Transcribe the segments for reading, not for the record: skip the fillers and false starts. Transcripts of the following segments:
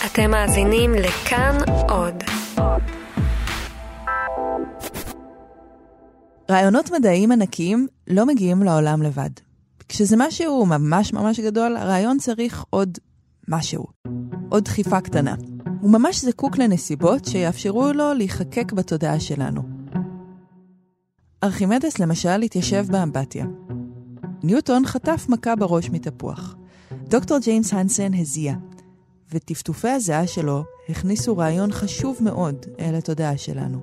אתם מאזינים לכאן עוד. רעיונות מדעיים ענקיים לא מגיעים לעולם לבד. כשזה משהו ממש ממש גדול, הרעיון צריך עוד משהו. עוד דחיפה קטנה. הוא ממש זקוק לנסיבות שיאפשרו לו להיחקק בתודעה שלנו. ארכימדס למשל התיישב באמבטיה. ניוטון חטף מכה בראש מתפוח. דוקטור ג'יימס הנסן הזיע, וטפטופי הזיעה שלו הכניסו רעיון חשוב מאוד אל התודעה שלנו.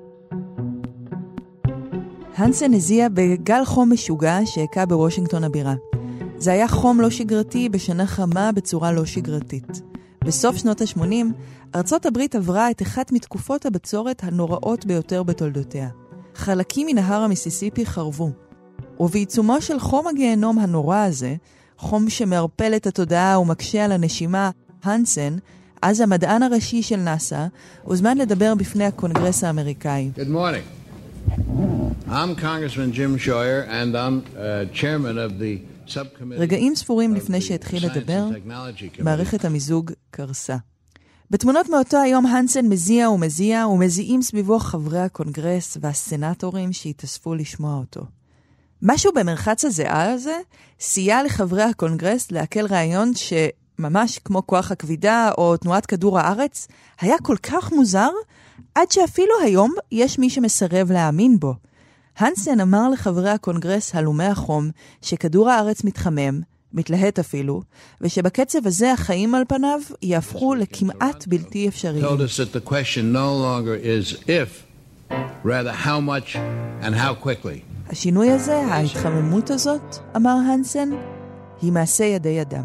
הנסן הזיע בגל חום משוגע שהקע בוושינגטון הבירה. זה היה חום לא שגרתי בשנה חמה בצורה לא שגרתית. בסוף שנות ה-80, ארצות הברית עברה את אחת מתקופות הבצורת הנוראות ביותר בתולדותיה. חלקים מנהר המיסיסיפי חרבו. ובעיצומו של חום הגיהנום הנורא הזה, חום שמערפל את התודעה ומקשה על הנשימה, הנסן, אז המדען הראשי של נאסא, הוזמן לדבר בפני הקונגרס האמריקאי. Good morning. I'm Congressman Jim Scheuer and I'm chairman of the subcommittee. רגעים ספורים לפני שהתחיל לדבר, מערכת המיזוג קרסה. בתמונות מאותו היום הנסן מזיע ומזיעים סביבו חברי הקונגרס והסנטורים שהתאספו לשמוע אותו. משהו במרחץ הזיעה הזה סייע לחברי הקונגרס להקל רעיון שממש כמו כוח הכבידה או תנועת כדור הארץ היה כל כך מוזר עד שאפילו היום יש מי שמסרב להאמין בו. הנסן אמר לחברי הקונגרס הלומי החום שכדור הארץ מתחמם, מתלהט אפילו, ושבקצב הזה החיים על פניו יהפכו לכמעט בלתי אפשריים. Told us that the question no longer is if, rather how much and how quickly. השינוי הזה, ההתחממות הזאת, אמר הנסן, היא מעשה ידי אדם.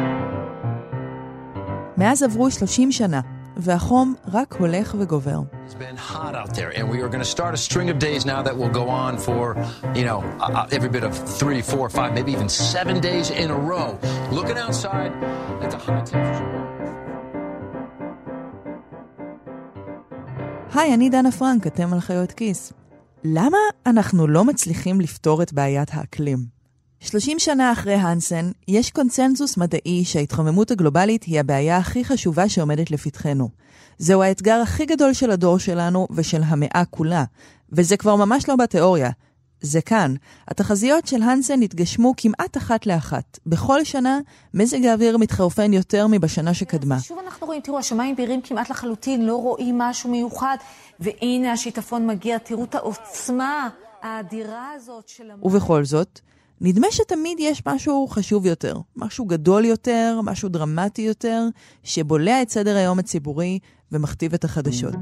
מאז עברו 30 שנה, והחום רק הולך וגובר. It's been hot out there and we are going to start a string of days now that will go on for, every bit of 3, 4, 5, maybe even 7 days in a row. Looking outside at the high temperature. היי, אני דנה פרנק, אתם על חיות כיס. למה אנחנו לא מצליחים לפתור את בעיית האקלים? 30 שנה אחרי הנסן, יש קונצנזוס מדעי שההתחממות הגלובלית היא הבעיה הכי חשובה שעומדת לפתחנו. זהו האתגר הכי גדול של הדור שלנו ושל המאה כולה, וזה כבר ממש לא בתיאוריה. זה כאן. התחזיות של הנסן התגשמו כמעט אחת לאחת. בכל שנה, מזג האוויר מתחרפן יותר מבשנה שקדמה. שוב אנחנו רואים, תראו, השמיים בהירים כמעט לחלוטין, לא רואים משהו מיוחד, והנה השיטפון מגיע, תראו את העוצמה האדירה הזאת של ובכל זאת, נדמה שתמיד יש משהו חשוב יותר, משהו גדול יותר, משהו דרמטי יותר, שבולע את סדר היום הציבורי ומכתיב את החדשות.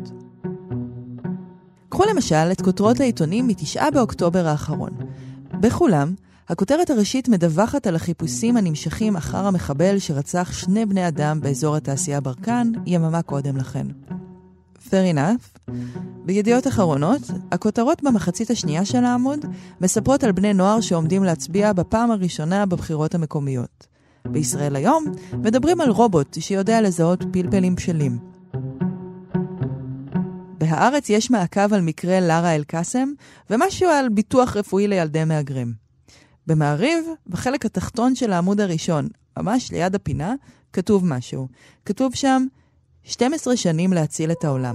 קחו למשל את כותרות העיתונים מ9 באוקטובר האחרון. בכולם, הכותרת הראשית מדווחת על החיפושים הנמשכים אחר המחבל שרצח 2 בני אדם באזור התעשייה ברקן יממה קודם לכן. Fair enough. בידיעות אחרונות, הכותרות במחצית השנייה של העמוד מספרות על בני נוער שעומדים להצביע בפעם הראשונה בבחירות המקומיות. בישראל היום מדברים על רובוט שיודע לזהות פלפלים בשלים. בהארץ יש מעקב על מקרה לרה אל-קסם ומשהו על ביטוח רפואי לילדי מהגרים. במעריב, בחלק התחתון של העמוד הראשון, ממש ליד הפינה, כתוב משהו. כתוב שם 12 שנים להציל את העולם.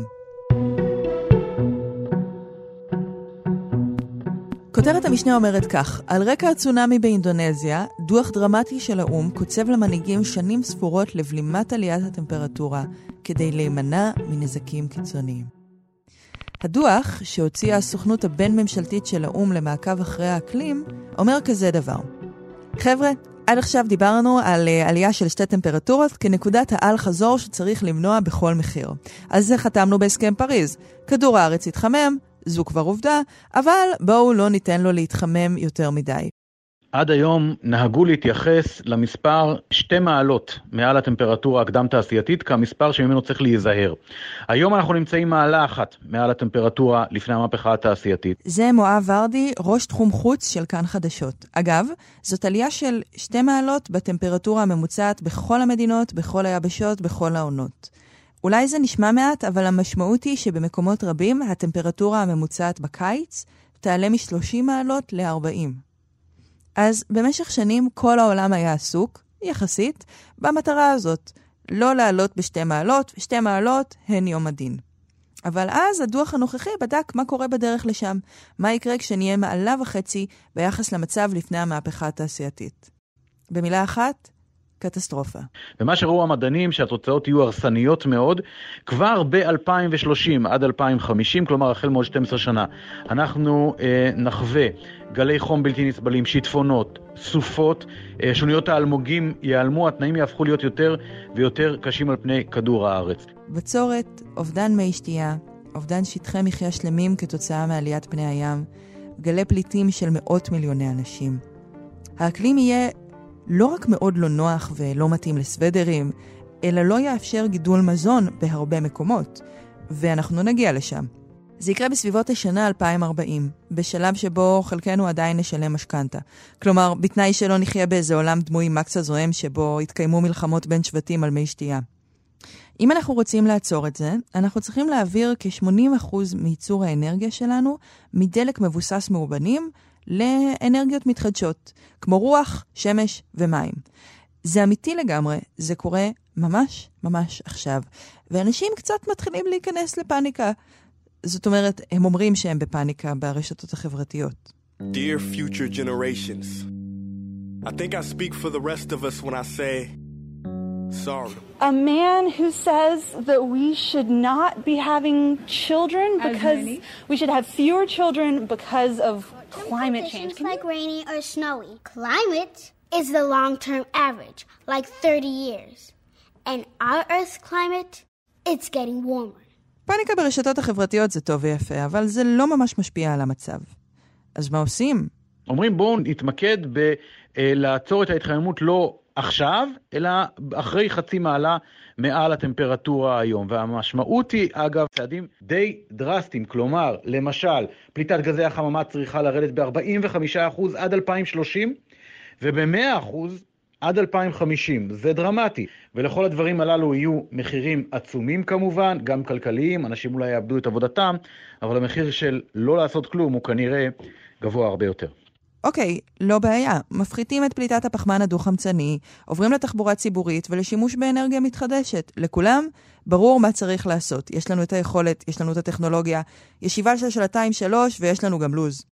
כותרת המשנה אומרת כך: על רקע הצונמי באינדונזיה, דוח דרמטי של האום קוצב למנהיגים שנים ספורות לבלימת עליית הטמפרטורה כדי להימנע מנזקים קיצוניים. הדוח שהוציאה הסוכנות הבין-ממשלתית של האום למעקב אחרי האקלים אומר כזה דבר: חבר'ה, עד עכשיו דיברנו על עלייה של 2 טמפרטורות כנקודת העל חזור שצריך למנוע בכל מחיר. אז זה חתמנו בהסכם פריז. כדור הארץ התחמם, זו כבר עובדה, אבל בואו לא ניתן לו להתחמם יותר מדי. עד היום נהגו להתייחס למספר 2 מעלות מעל הטמפרטורה הקדם תעשייתית כמספר שממנו צריך להיזהר. היום אנחנו נמצאים מעלה 1 מעל הטמפרטורה לפני המהפכה התעשייתית. זה מואב ורדי, ראש תחום חוץ של כאן חדשות. אגב, זאת עלייה של 2 מעלות בטמפרטורה הממוצעת בכל המדינות, בכל היבשות, בכל העונות. אולי זה נשמע מעט, אבל המשמעות היא שבמקומות רבים הטמפרטורה הממוצעת בקיץ תעלה מ-30 מעלות ל-40. אז במשך שנים כל העולם היה עסוק, יחסית, במטרה הזאת, לא לעלות ב2 מעלות, 2 מעלות הן יום הדין. אבל אז הדוח הנוכחי בדק מה קורה בדרך לשם, מה יקרה כשנהיה 1.5 מעלות ביחס למצב לפני המהפכה התעשייתית. במילה אחת, קטסטרופה. ומה שראו המדענים שהתוצאות יהיו הרסניות מאוד, כבר ב-2030 עד 2050, כלומר החל מעוד 12 שנה, אנחנו נחווה גלי חום בלתי נסבלים, שיטפונות, סופות, שוניות האלמוגים ייעלמו, התנאים יהפכו להיות יותר ויותר קשים על פני כדור הארץ. בצורת, אובדן מי שתייה, אובדן שטחי מחיה שלמים כתוצאה מעליית פני הים, גלי פליטים של מאות מיליוני אנשים. האקלים יהיה לא רק מאוד לא נוח ולא מתאים לסוודרים, אלא לא יאפשר גידול מזון בהרבה מקומות, ואנחנו נגיע לשם. זה יקרה בסביבות השנה 2040, בשלב שבו חלקנו עדיין נשלם משכנתה. כלומר, בתנאי שלא נחיה באיזה עולם דמוי מקס הזוהם שבו יתקיימו מלחמות בין שבטים על מי שתייה. אם אנחנו רוצים לעצור את זה, אנחנו צריכים להעביר כ-80% מייצור האנרגיה שלנו מדלק מבוסס מאובנים לאנרגיות מתחדשות, כמו רוח, שמש ומים. זה אמיתי לגמרי, זה קורה ממש ממש עכשיו, ואנשים קצת מתחילים להיכנס לפאניקה. זאת אומרת, הם אומרים שהם בפאניקה ברשתות החברתיות. Dear future generations, I think I speak for the rest of us when I say sorry. A man who says that we should not be having children because we should have fewer children because of climate change. It's like rainy or snowy. Climate is the long-term average, like 30 years. And our Earth's climate, it's getting warmer. פאניקה ברשתות החברתיות זה טוב ויפה, אבל זה לא ממש משפיע על המצב. אז מה עושים? אומרים בואו נתמקד בלעצור את ההתחממות לא עכשיו, אלא אחרי 0.5 מעלה מעל הטמפרטורה היום. והמשמעות היא, אגב, צעדים די דרסטיים, כלומר, למשל, פליטת גזי החממה צריכה לרדת ב-45% עד 2030, וב-100% עד 2050. זה דרמטי. ולכל הדברים הללו יהיו מחירים עצומים כמובן, גם כלכליים, אנשים אולי יאבדו את עבודתם, אבל המחיר של לא לעשות כלום הוא כנראה גבוה הרבה יותר. אוקיי, לא בעיה. מפחיתים את פליטת הפחמן הדו-חמצני, עוברים לתחבורה ציבורית ולשימוש באנרגיה מתחדשת. לכולם ברור מה צריך לעשות. יש לנו את היכולת, יש לנו את הטכנולוגיה, ישיבה של 2-3 ויש לנו גם לוז.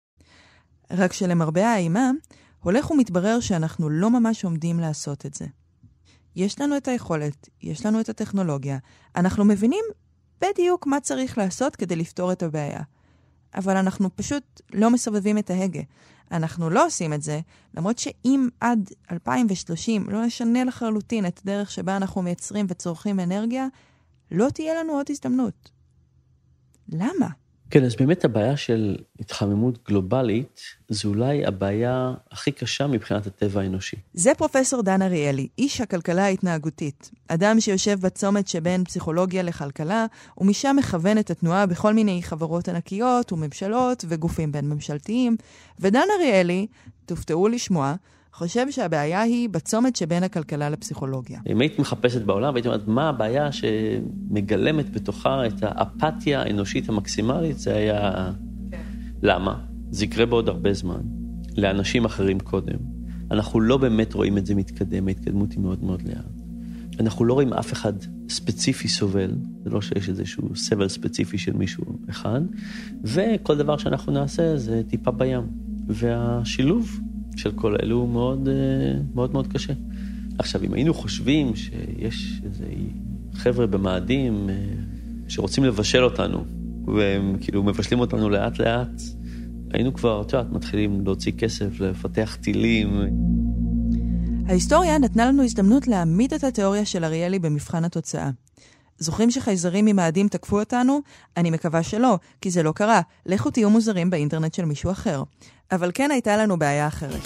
רק שלמרבה האימה, הולך ומתברר שאנחנו לא ממש עומדים לעשות את זה. יש לנו את היכולת, יש לנו את הטכנולוגיה, אנחנו מבינים בדיוק מה צריך לעשות כדי לפתור את הבעיה. אבל אנחנו פשוט לא מסובבים את ההגה. אנחנו לא עושים את זה, למרות שאם עד 2030 לא נשנה לחלוטין את דרך שבה אנחנו מייצרים וצורכים אנרגיה, לא תהיה לנו עוד הזדמנות. למה? כן, אז באמת הבעיה של התחממות גלובלית, זו אולי הבעיה הכי קשה מבחינת הטבע האנושי. זה פרופסור דן אריאלי, איש הכלכלה ההתנהגותית. אדם שיושב בצומת שבין פסיכולוגיה לכלכלה, ומשם מכוון את התנועה בכל מיני חברות ענקיות וממשלות וגופים בין ממשלתיים. ודן אריאלי, תופתעו לשמוע, חושב שהבעיה היא בצומת שבין הכלכלה לפסיכולוגיה. אם היית מחפשת בעולם, והייתי אומרת, מה הבעיה שמגלמת בתוכה את האפתיה האנושית המקסימלית? זה היה... למה? זה יקרה בעוד הרבה זמן, לאנשים אחרים קודם. אנחנו לא באמת רואים את זה מתקדם, ההתקדמות היא מאוד מאוד לאט. אנחנו לא רואים אף אחד ספציפי סובל, זה לא שיש איזשהו סבל ספציפי של מישהו אחד, וכל דבר שאנחנו נעשה זה טיפה בים. והשילוב של כל אלו הוא מאוד מאוד מאוד קשה. עכשיו, אם היינו חושבים שיש איזה חבר'ה במאדים שרוצים לבשל אותנו, והם כאילו מבשלים אותנו לאט לאט, היינו כבר, מתחילים להוציא כסף, לפתח טילים. ההיסטוריה נתנה לנו הזדמנות להעמיד את התיאוריה של אריאלי במבחן התוצאה. זוכרים שחייזרים ממאדים תקפו אותנו? אני מקווה שלא, כי זה לא קרה. לכו תהיו מוזרים באינטרנט של מישהו אחר. אבל כן הייתה לנו בעיה אחרת.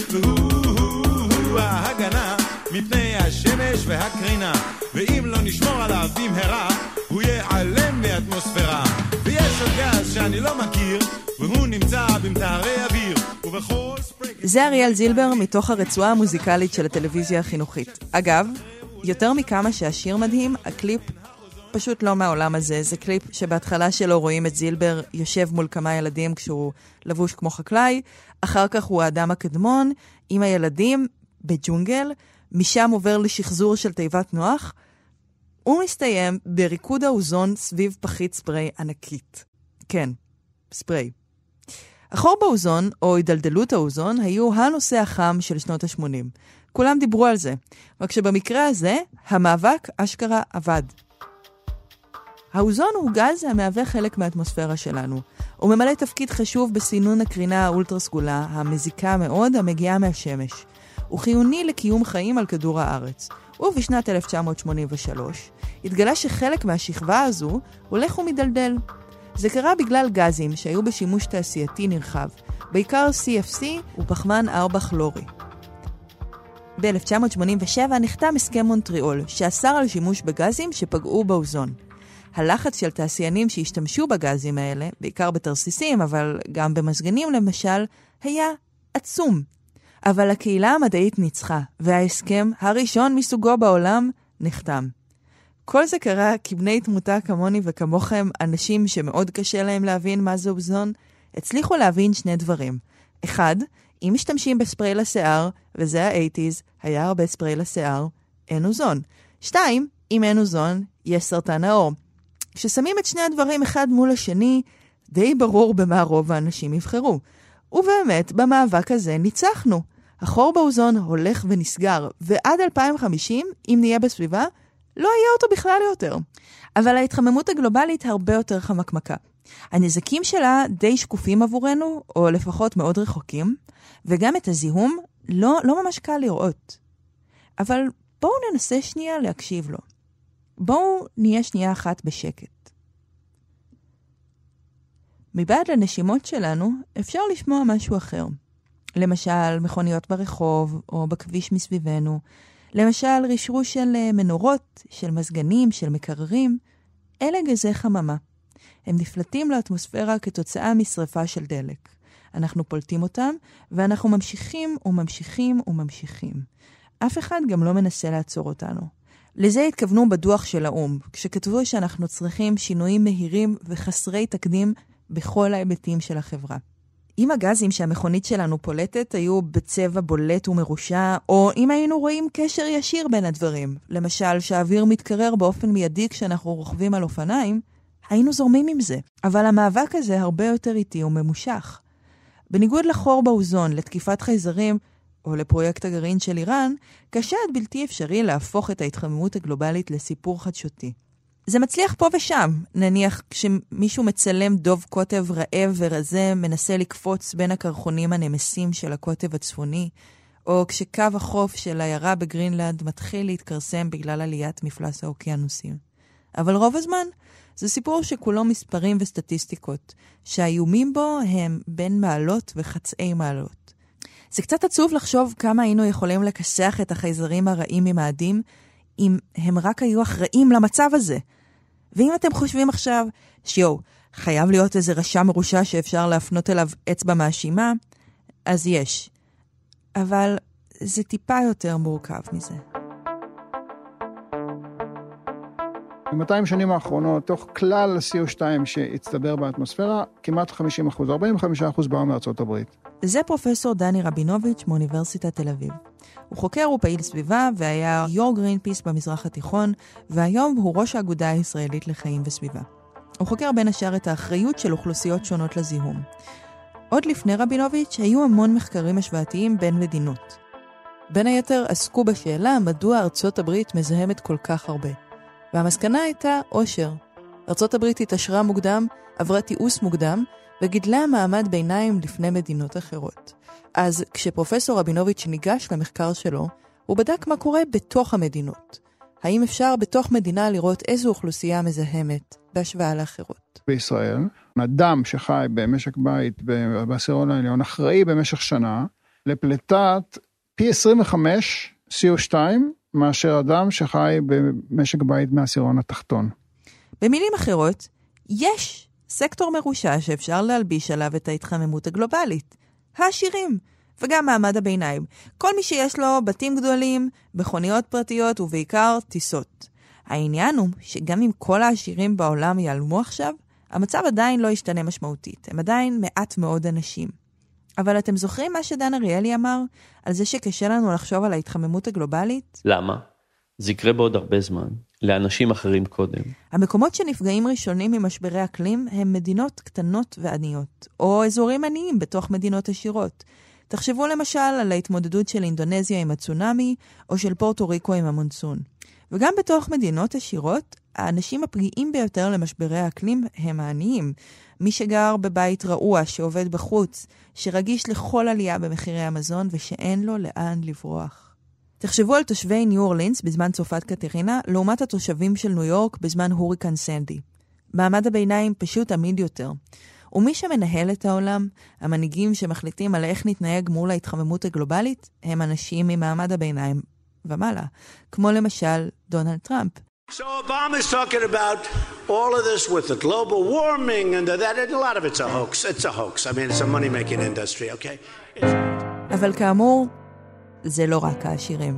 ההגנה מפני השמש והקרינה, ואם לא נשמור עליו במהרה, הוא ייעלם מאטמוספירה. ויש עוד גז שאני לא מכיר, והוא נמצא במטהרי אוויר, ובכל ספרק... זה אריאל זילבר מתוך הרצועה המוזיקלית של הטלוויזיה החינוכית. אגב, יותר מכמה שהשיר מדהים, הקליפ פשוט לא מהעולם הזה. זה קליפ שבהתחלה שלו רואים את זילבר יושב מול כמה ילדים כשהוא לבוש כמו חקלאי, אחר כך הוא האדם הקדמון עם הילדים בג'ונגל, משם עובר לשחזור של תיבת נוח, הוא מסתיים בריקוד האוזון סביב פחית ספרי ענקית. כן, ספרי. החור באוזון, או הדלדלות האוזון, היו הנושא החם של שנות ה-80. כולם דיברו על זה, רק שבמקרה הזה, המאבק אשכרה עבד. האוזון הוא גז המהווה חלק מהאטמוספירה שלנו. הוא ממלא תפקיד חשוב בסינון הקרינה האולטרה סגולה, המזיקה מאוד, המגיעה מהשמש. הוא חיוני לקיום חיים על כדור הארץ. ובשנת 1983 התגלה שחלק מהשכבה הזו הולך ומדלדל. זה קרה בגלל גזים שהיו בשימוש תעשייתי נרחב, בעיקר CFC ופחמן 4 כלורי. ב-1987 נחתם הסכם מונטריאול, שאסר על שימוש בגזים שפגעו באוזון. הלחץ של תעשיינים שהשתמשו בגזים האלה, בעיקר בתרסיסים, אבל גם במזגנים למשל, היה עצום. אבל הקהילה המדעית ניצחה, וההסכם הראשון מסוגו בעולם נחתם. כל זה קרה כי בני תמותה כמוני וכמוכם, אנשים שמאוד קשה להם להבין מה זה אוזון, הצליחו להבין שני דברים. אחד, אם משתמשים בספרי לשיער, וזה ה-80s, היה הרבה ספרי לשיער, אין אוזון. 2, אם אין אוזון, יש סרטן העור. כששמים את שני הדברים אחד מול השני, די ברור במה רוב האנשים יבחרו. ובאמת, במאבק הזה ניצחנו. החור באוזון הולך ונסגר, ועד 2050, אם נהיה בסביבה, לא יהיה אותו בכלל יותר. אבל ההתחממות הגלובלית הרבה יותר חמקמקה. הנזקים שלה די שקופים עבורנו, או לפחות מאוד רחוקים, וגם את הזיהום לא ממש קל לראות. אבל בואו ננסה שנייה להקשיב לו. בואו נהיה שנייה אחת בשקט. מבעד לנשימות שלנו אפשר לשמוע משהו אחר. למשל מכוניות ברחוב או בכביש מסביבנו. למשל רשרוש של מנורות, של מזגנים, של מקררים. אלה גזי חממה. הם נפלטים לאטמוספירה כתוצאה משריפה של דלק. אנחנו פולטים אותם ואנחנו ממשיכים וממשיכים וממשיכים. אף אחד גם לא מנסה לעצור אותנו. לזה התכוונו בדוח של האום, כשכתבו שאנחנו צריכים שינויים מהירים וחסרי תקדים בכל ההיבטים של החברה. אם הגזים שהמכונית שלנו פולטת היו בצבע בולט ומרושע, או אם היינו רואים קשר ישיר בין הדברים, למשל שהאוויר מתקרר באופן מיידי כשאנחנו רוכבים על אופניים, היינו זורמים עם זה. אבל המאבק הזה הרבה יותר איטי וממושך. בניגוד לחור באוזון, לתקיפת חייזרים, או לפרויקט הגרעין של איראן, קשה עד בלתי אפשרי להפוך את ההתחממות הגלובלית לסיפור חדשותי. זה מצליח פה ושם, נניח כשמישהו מצלם דוב קוטב רעב ורזה מנסה לקפוץ בין הקרחונים הנמסים של הקוטב הצפוני, או כשקו החוף של העיירה בגרינלנד מתחיל להתקרסם בגלל עליית מפלס האוקיינוסים. אבל רוב הזמן זה סיפור שכולו מספרים וסטטיסטיקות, שהאיומים בו הם בין מעלות וחצאי מעלות. זה קצת עצוב לחשוב כמה היינו יכולים לקשח את החייזרים הרעים ממאדים, אם הם רק היו אחראים למצב הזה. ואם אתם חושבים עכשיו, חייב להיות איזה רשע מרושע שאפשר להפנות אליו אצבע מאשימה, אז יש. אבל זה טיפה יותר מורכב מזה. ב-200 שנים האחרונות, תוך כלל CO2 שהצטבר באטמוספירה, כמעט 50%, 45% באו מארצות הברית. זה פרופסור דני רבינוביץ' מאוניברסיטת תל אביב. הוא חוקר ופעיל סביבה והיה יו"ר גרינפיס במזרח התיכון, והיום הוא ראש האגודה הישראלית לחיים וסביבה. הוא חוקר בין השאר את האחריות של אוכלוסיות שונות לזיהום. עוד לפני רבינוביץ' היו המון מחקרים השוואתיים בין מדינות. בין היתר עסקו בשאלה מדוע ארצות הברית מזהמת כל כך הרבה. והמסקנה הייתה אושר. ארצות הברית התעשרה מוקדם, עברה תיעוש מוקדם, וגידלה מעמד ביניים לפני מדינות אחרות. אז כשפרופסור רבינוביץ' ניגש למחקר שלו, הוא בדק מה קורה בתוך המדינות. האם אפשר בתוך מדינה לראות איזו אוכלוסייה מזהמת בהשוואה לאחרות? בישראל, אדם שחי במשק בית בעשירון העליון אחראי במשך שנה לפליטת פי 25 CO2 מאשר אדם שחי במשק בית מהעשירון התחתון. במילים אחרות, יש סקטור מרושע שאפשר להלביש עליו את ההתחממות הגלובלית. העשירים, וגם מעמד הביניים. כל מי שיש לו בתים גדולים, מכוניות פרטיות ובעיקר טיסות. העניין הוא שגם אם כל העשירים בעולם ייעלמו עכשיו, המצב עדיין לא ישתנה משמעותית. הם עדיין מעט מאוד אנשים. אבל אתם זוכרים מה שדן אריאלי אמר? על זה שקשה לנו לחשוב על ההתחממות הגלובלית? למה? זה יקרה בעוד הרבה זמן, לאנשים אחרים קודם. המקומות שנפגעים ראשונים ממשברי אקלים הם מדינות קטנות ועניות, או אזורים עניים בתוך מדינות עשירות. תחשבו למשל על ההתמודדות של אינדונזיה עם הצונמי, או של פורטו ריקו עם המונסון. וגם בתוך מדינות עשירות, האנשים הפגיעים ביותר למשברי האקלים הם העניים. מי שגר בבית רעוע, שעובד בחוץ, שרגיש לכל עלייה במחירי המזון ושאין לו לאן לברוח. תחשבו על תושבי ניו אורלינס בזמן צופת קטרינה, לעומת התושבים של ניו יורק בזמן הוריקן סנדי. מעמד הביניים פשוט עמיד יותר. ומי שמנהל את העולם, המנהיגים שמחליטים על איך נתנהג מול ההתחממות הגלובלית, הם אנשים ממעמד הביניים ומעלה, כמו למשל דונלד טראמפ. So Obama's talking about all of this with the global warming and that, and a lot of it's a hoax. It's a hoax. I mean, it's a money-making industry, okay? אבל כאמור, זה לא רק העשירים.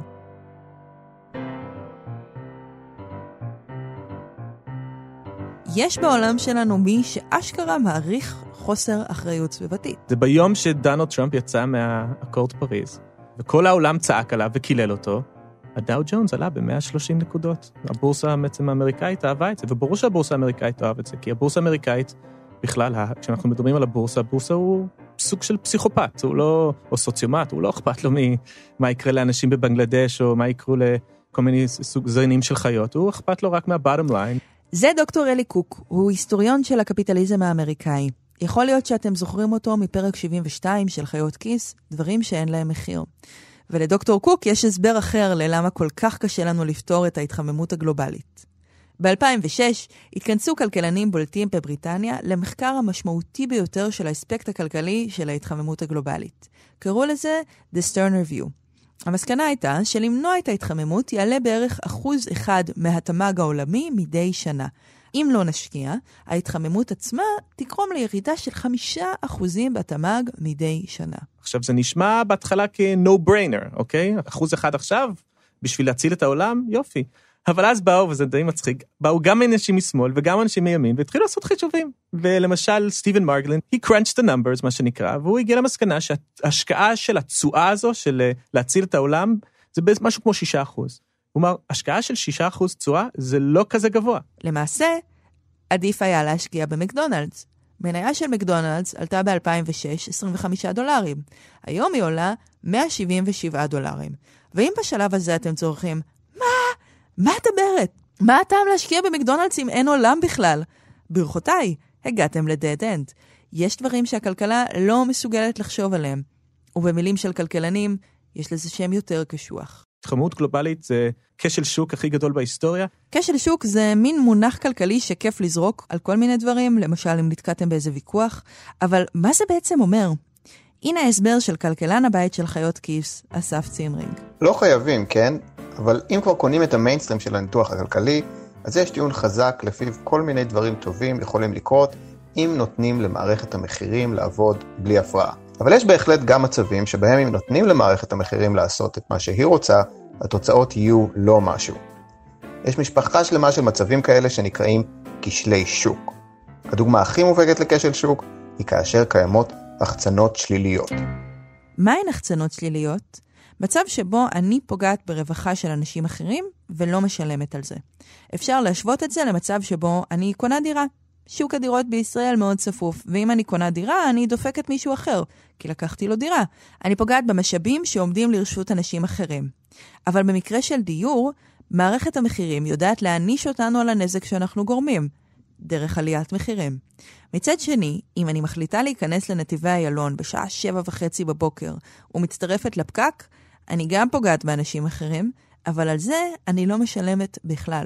יש בעולם שלנו מי שאשכרה מעריך חוסר אחריות סביבתית. זה ביום שדונלד טראמפ יצא מהאקורד פריז, וכל העולם צעק עליו וקילל אותו, הדאו ג'ונס עלה ב-130 נקודות. הבורסה בעצם האמריקאית אהבה את זה, וברור שהבורסה האמריקאית אוהב את זה, כי הבורסה האמריקאית בכלל, כשאנחנו מדברים על הבורסה, הבורסה הוא סוג של פסיכופת, הוא לא, או סוציומט, הוא לא אכפת לו מה יקרה לאנשים בבנגלדש, או מה יקרו לכל מיני סוג זנים של חיות, הוא אכפת לו רק מה-bottom line. זה דוקטור אלי קוק, הוא היסטוריון של הקפיטליזם האמריקאי. יכול להיות שאתם זוכרים אותו מפרק 72 של חיות כיס, דברים שאין להם מחיר. ולדוקטור קוק יש הסבר אחר ללמה כל כך קשה לנו לפתור את ההתחממות הגלובלית. ב-2006 התכנסו כלכלנים בולטים בבריטניה למחקר המשמעותי ביותר של האספקט הכלכלי של ההתחממות הגלובלית. קראו לזה The Stern Review. המסקנה הייתה שלמנוע את ההתחממות יעלה בערך 1% מהתמ"ג העולמי מדי שנה. אם לא נשקיע, ההתחממות עצמה תגרום לירידה של 5% בתמ"ג מדי שנה. עכשיו זה נשמע בהתחלה כ-no-brainer, אוקיי? 1% עכשיו, בשביל להציל את העולם, יופי. אבל אז באו, וזה די מצחיק, באו גם אנשים משמאל וגם אנשים מימין, והתחילו לעשות חישובים. ולמשל, סטיבן מרגלין, he crunched the numbers, מה שנקרא, והוא הגיע למסקנה שההשקעה של התשואה הזו, של להציל את העולם, זה משהו כמו 6%. הוא אומר, השקעה של 6% תשואה, זה לא כזה גבוה. למעשה, עדיף היה להשקיע במקדונלדס. מניה של מקדונלדס עלתה ב-2006 $25. היום היא עולה $177. ואם בשלב הזה אתם צורכים, מה את מדברת? מה הטעם להשקיע במקדונלדס אם אין עולם בכלל? ברכותיי, הגעתם לדד אנד. יש דברים שהכלכלה לא מסוגלת לחשוב עליהם. ובמילים של כלכלנים, יש לזה שם יותר קשוח. התחממות גלובלית זה כשל שוק הכי גדול בהיסטוריה. כשל שוק זה מין מונח כלכלי שכיף לזרוק על כל מיני דברים, למשל אם נתקעתם באיזה ויכוח, אבל מה זה בעצם אומר? הנה ההסבר של כלכלן הבית של חיות כיס, אסף צימרינג. לא חייבים, כן? אבל אם כבר קונים את המיינסטרים של הניתוח הכלכלי, אז יש טיעון חזק לפיו כל מיני דברים טובים יכולים לקרות אם נותנים למערכת המחירים לעבוד בלי הפרעה. אבל יש בהחלט גם מצבים שבהם אם נותנים למערכת המחירים לעשות את מה שהיא רוצה, התוצאות יהיו לא משהו. יש משפחה שלמה של מצבים כאלה שנקראים כשלי שוק. הדוגמה הכי מובהקת לכשל שוק היא כאשר קיימות החצנות שליליות. מהן החצנות שליליות? מצב שבו אני פוגעת ברווחה של אנשים אחרים ולא משלמת על זה. אפשר להשוות את זה למצב שבו אני קונה דירה. שוק הדירות בישראל מאוד צפוף, ואם אני קונה דירה, אני דופקת מישהו אחר, כי לקחתי לו דירה. אני פוגעת במשאבים שעומדים לרשות אנשים אחרים. אבל במקרה של דיור, מערכת המחירים יודעת להעניש אותנו על הנזק שאנחנו גורמים, דרך עליית מחירים. מצד שני, אם אני מחליטה להיכנס לנתיבי איילון בשעה 7:30 בבוקר, ומצטרפת לפקק, אני גם פוגעת באנשים אחרים, אבל על זה אני לא משלמת בכלל.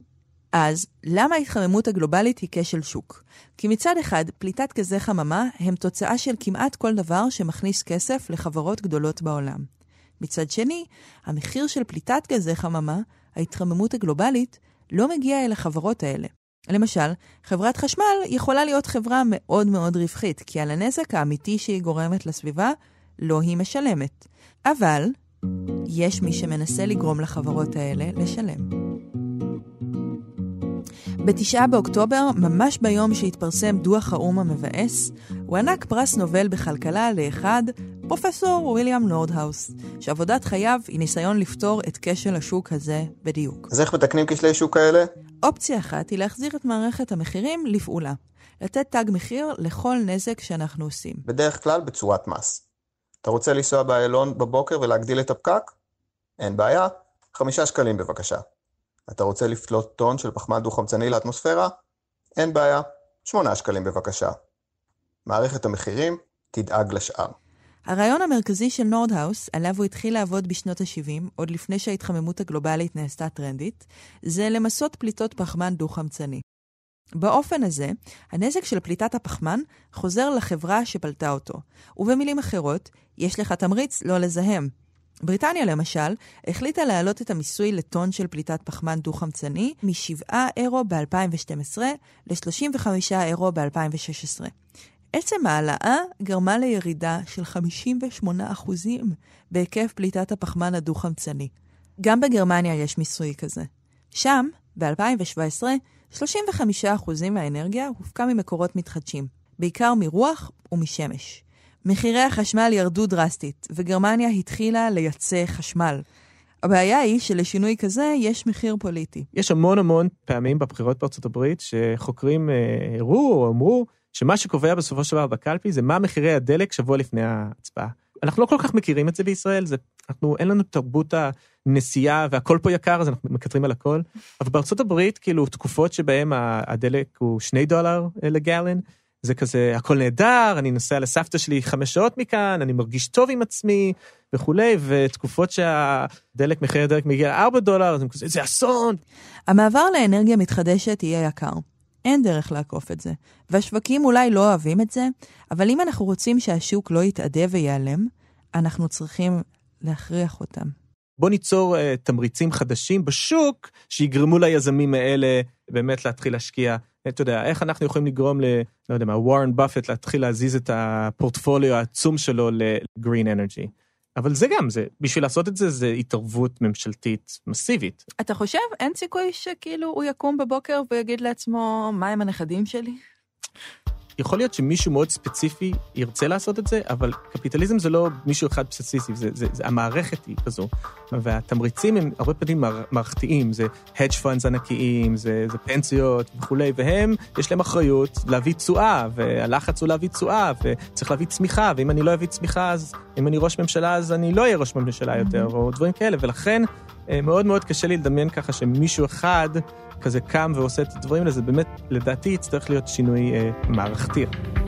אז למה ההתחממות הגלובלית היא כשל שוק? כי מצד אחד, פליטת גזי חממה הם תוצאה של כמעט כל דבר שמכניס כסף לחברות גדולות בעולם. מצד שני, המחיר של פליטת גזי חממה, ההתחממות הגלובלית, לא מגיע אל החברות האלה. למשל, חברת חשמל יכולה להיות חברה מאוד מאוד רווחית, כי על הנזק האמיתי שהיא גורמת לסביבה, לא היא משלמת. אבל יש מי שמנסה לגרום לחברות האלה לשלם. ב9 באוקטובר, ממש ביום שהתפרסם דוח האו"ם המבאס, הוא ענק פרס נובל בכלכלה לאחד, פרופסור וויליאם נורדהאוס, שעבודת חייו היא ניסיון לפתור את כשל השוק הזה בדיוק. אז איך מתקנים כשלי שוק כאלה? אופציה אחת היא להחזיר את מערכת המחירים לפעולה. לתת תג מחיר לכל נזק שאנחנו עושים. בדרך כלל בצורת מס. אתה רוצה לנסוע באיילון בבוקר ולהגדיל את הפקק? אין בעיה, 5 שקלים בבקשה. אתה רוצה לפלוט טון של פחמן דו-חמצני לאטמוספירה? אין בעיה, 8 שקלים בבקשה. מערכת המחירים תדאג לשאר. הרעיון המרכזי של נורדהאוס, עליו הוא התחיל לעבוד בשנות ה-70, עוד לפני שההתחממות הגלובלית נעשתה טרנדית, זה למסות פליטות פחמן דו-חמצני. באופן הזה, הנזק של פליטת הפחמן חוזר לחברה שפלטה אותו, ובמילים אחרות, יש לך תמריץ לא לזהם. בריטניה למשל, החליטה להעלות את המיסוי לטון של פליטת פחמן דו-חמצני מ7 אירו ב-2012 ל-35 אירו ב-2016. עצם העלאה גרמה לירידה של 58% בהיקף פליטת הפחמן הדו-חמצני. גם בגרמניה יש מיסוי כזה. שם, ב-2017, 35% מהאנרגיה הופקה ממקורות מתחדשים, בעיקר מרוח ומשמש. מחירי החשמל ירדו דרסטית, וגרמניה התחילה לייצא חשמל. הבעיה היא שלשינוי כזה יש מחיר פוליטי. יש המון פעמים בבחירות בארצות הברית שחוקרים הראו או אמרו שמה שקובע בסופו של דבר בקלפי זה מה מחירי הדלק שבוע לפני ההצבעה. אנחנו לא כל כך מכירים את זה בישראל, אין לנו תרבות הנסיעה והכל פה יקר, אז אנחנו מקטרים על הכל. אבל בארצות הברית, כאילו, תקופות שבהם הדלק הוא $2 לגלן, זה כזה, הכל נהדר, אני נוסע לסבתא שלי 5 שעות מכאן, אני מרגיש טוב עם עצמי וכולי, ותקופות שהדלק, מחיר הדלק מגיע $4, אז הם כזה, זה אסון. המעבר לאנרגיה מתחדשת יהיה יקר. אין דרך לעקוף את זה. והשווקים אולי לא אוהבים את זה, אבל אם אנחנו רוצים שהשוק לא יתעדה ויעלם, אנחנו צריכים להכריח אותם. בוא ניצור תמריצים חדשים בשוק, שיגרמו ליזמים האלה באמת להתחיל להשקיע. אתה יודע, איך אנחנו יכולים לגרום לא יודע מה, וורן באפט להתחיל להזיז את הפורטפוליו העצום שלו לגרין אנרגי. אבל זה גם, בשביל לעשות את זה, זה התערבות ממשלתית מסיבית. אתה חושב, אין סיכוי שכאילו הוא יקום בבוקר ויגיד לעצמו, מה הם הנכדים שלי? יכול להיות שמישהו מאוד ספציפי ירצה לעשות את זה, אבל קפיטליזם זה לא מישהו אחד ספציפי, המערכת היא כזו, והתמריצים הם הרבה פעמים מערכתיים, זה hedge funds ענקיים, זה פנסיות וכולי, והם, יש להם אחריות להביא תשואה, והלחץ הוא להביא תשואה, וצריך להביא צמיחה, ואם אני לא אביא צמיחה, אז אם אני ראש ממשלה, אז אני לא אהיה ראש ממשלה יותר, או דברים כאלה, ולכן מאוד מאוד קשה לי לדמיין ככה שמישהו אחד כזה קם ועושה את הדברים האלה, זה באמת, לדעתי, יצטרך להיות שינוי מערכתי.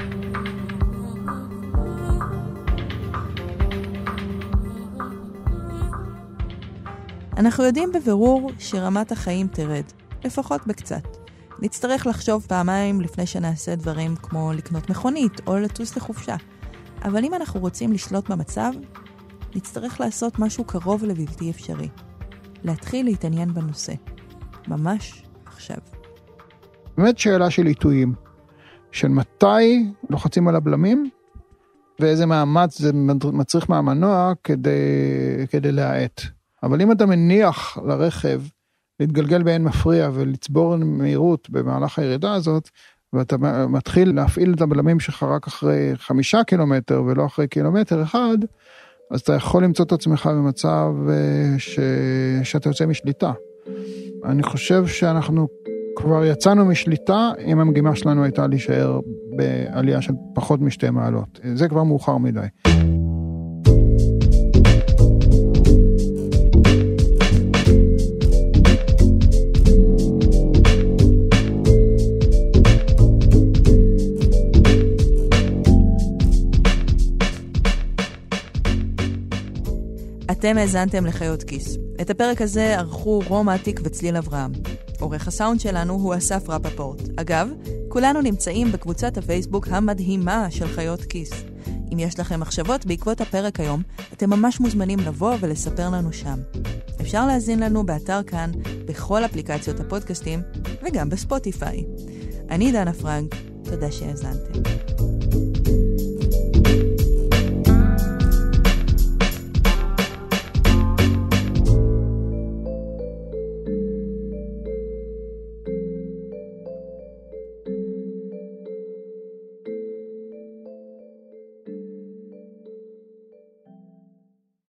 אנחנו יודעים בבירור שרמת החיים תרד, לפחות בקצת. נצטרך לחשוב פעמיים לפני שנעשה דברים כמו לקנות מכונית או לטוס לחופשה. אבל אם אנחנו רוצים לשלוט במצב, נצטרך לעשות משהו קרוב לבלתי אפשרי. להתחיל להתעניין בנושא. ממש עכשיו. באמת שאלה של עיתויים, של מתי לוחצים על הבלמים, ואיזה מאמץ זה מצריך מהמנוע כדי להאט. אבל אם אתה מניח לרכב להתגלגל באין מפריע ולצבור מהירות במהלך הירידה הזאת, ואתה מתחיל להפעיל את הבלמים שלך רק אחרי 5 קילומטר ולא אחרי 1 קילומטר, אז אתה יכול למצוא את עצמך במצב שאתה יוצא משליטה. אני חושב שאנחנו כבר יצאנו משליטה, אם המגימה שלנו הייתה להישאר בעלייה של פחות מ2 מעלות. זה כבר מאוחר מדי. אתם האזנתם לחיות כיס. את הפרק הזה ערכו רום עתיק וצליל אברהם. עורך הסאונד שלנו הוא אסף רפפורט. אגב, כולנו נמצאים בקבוצת הפייסבוק המדהימה של חיות כיס. אם יש לכם מחשבות בעקבות הפרק היום, אתם ממש מוזמנים לבוא ולספר לנו שם. אפשר להזין לנו באתר כאן, בכל אפליקציות הפודקאסטים, וגם בספוטיפיי. אני דנה פרנק, תודה שהאזנתם.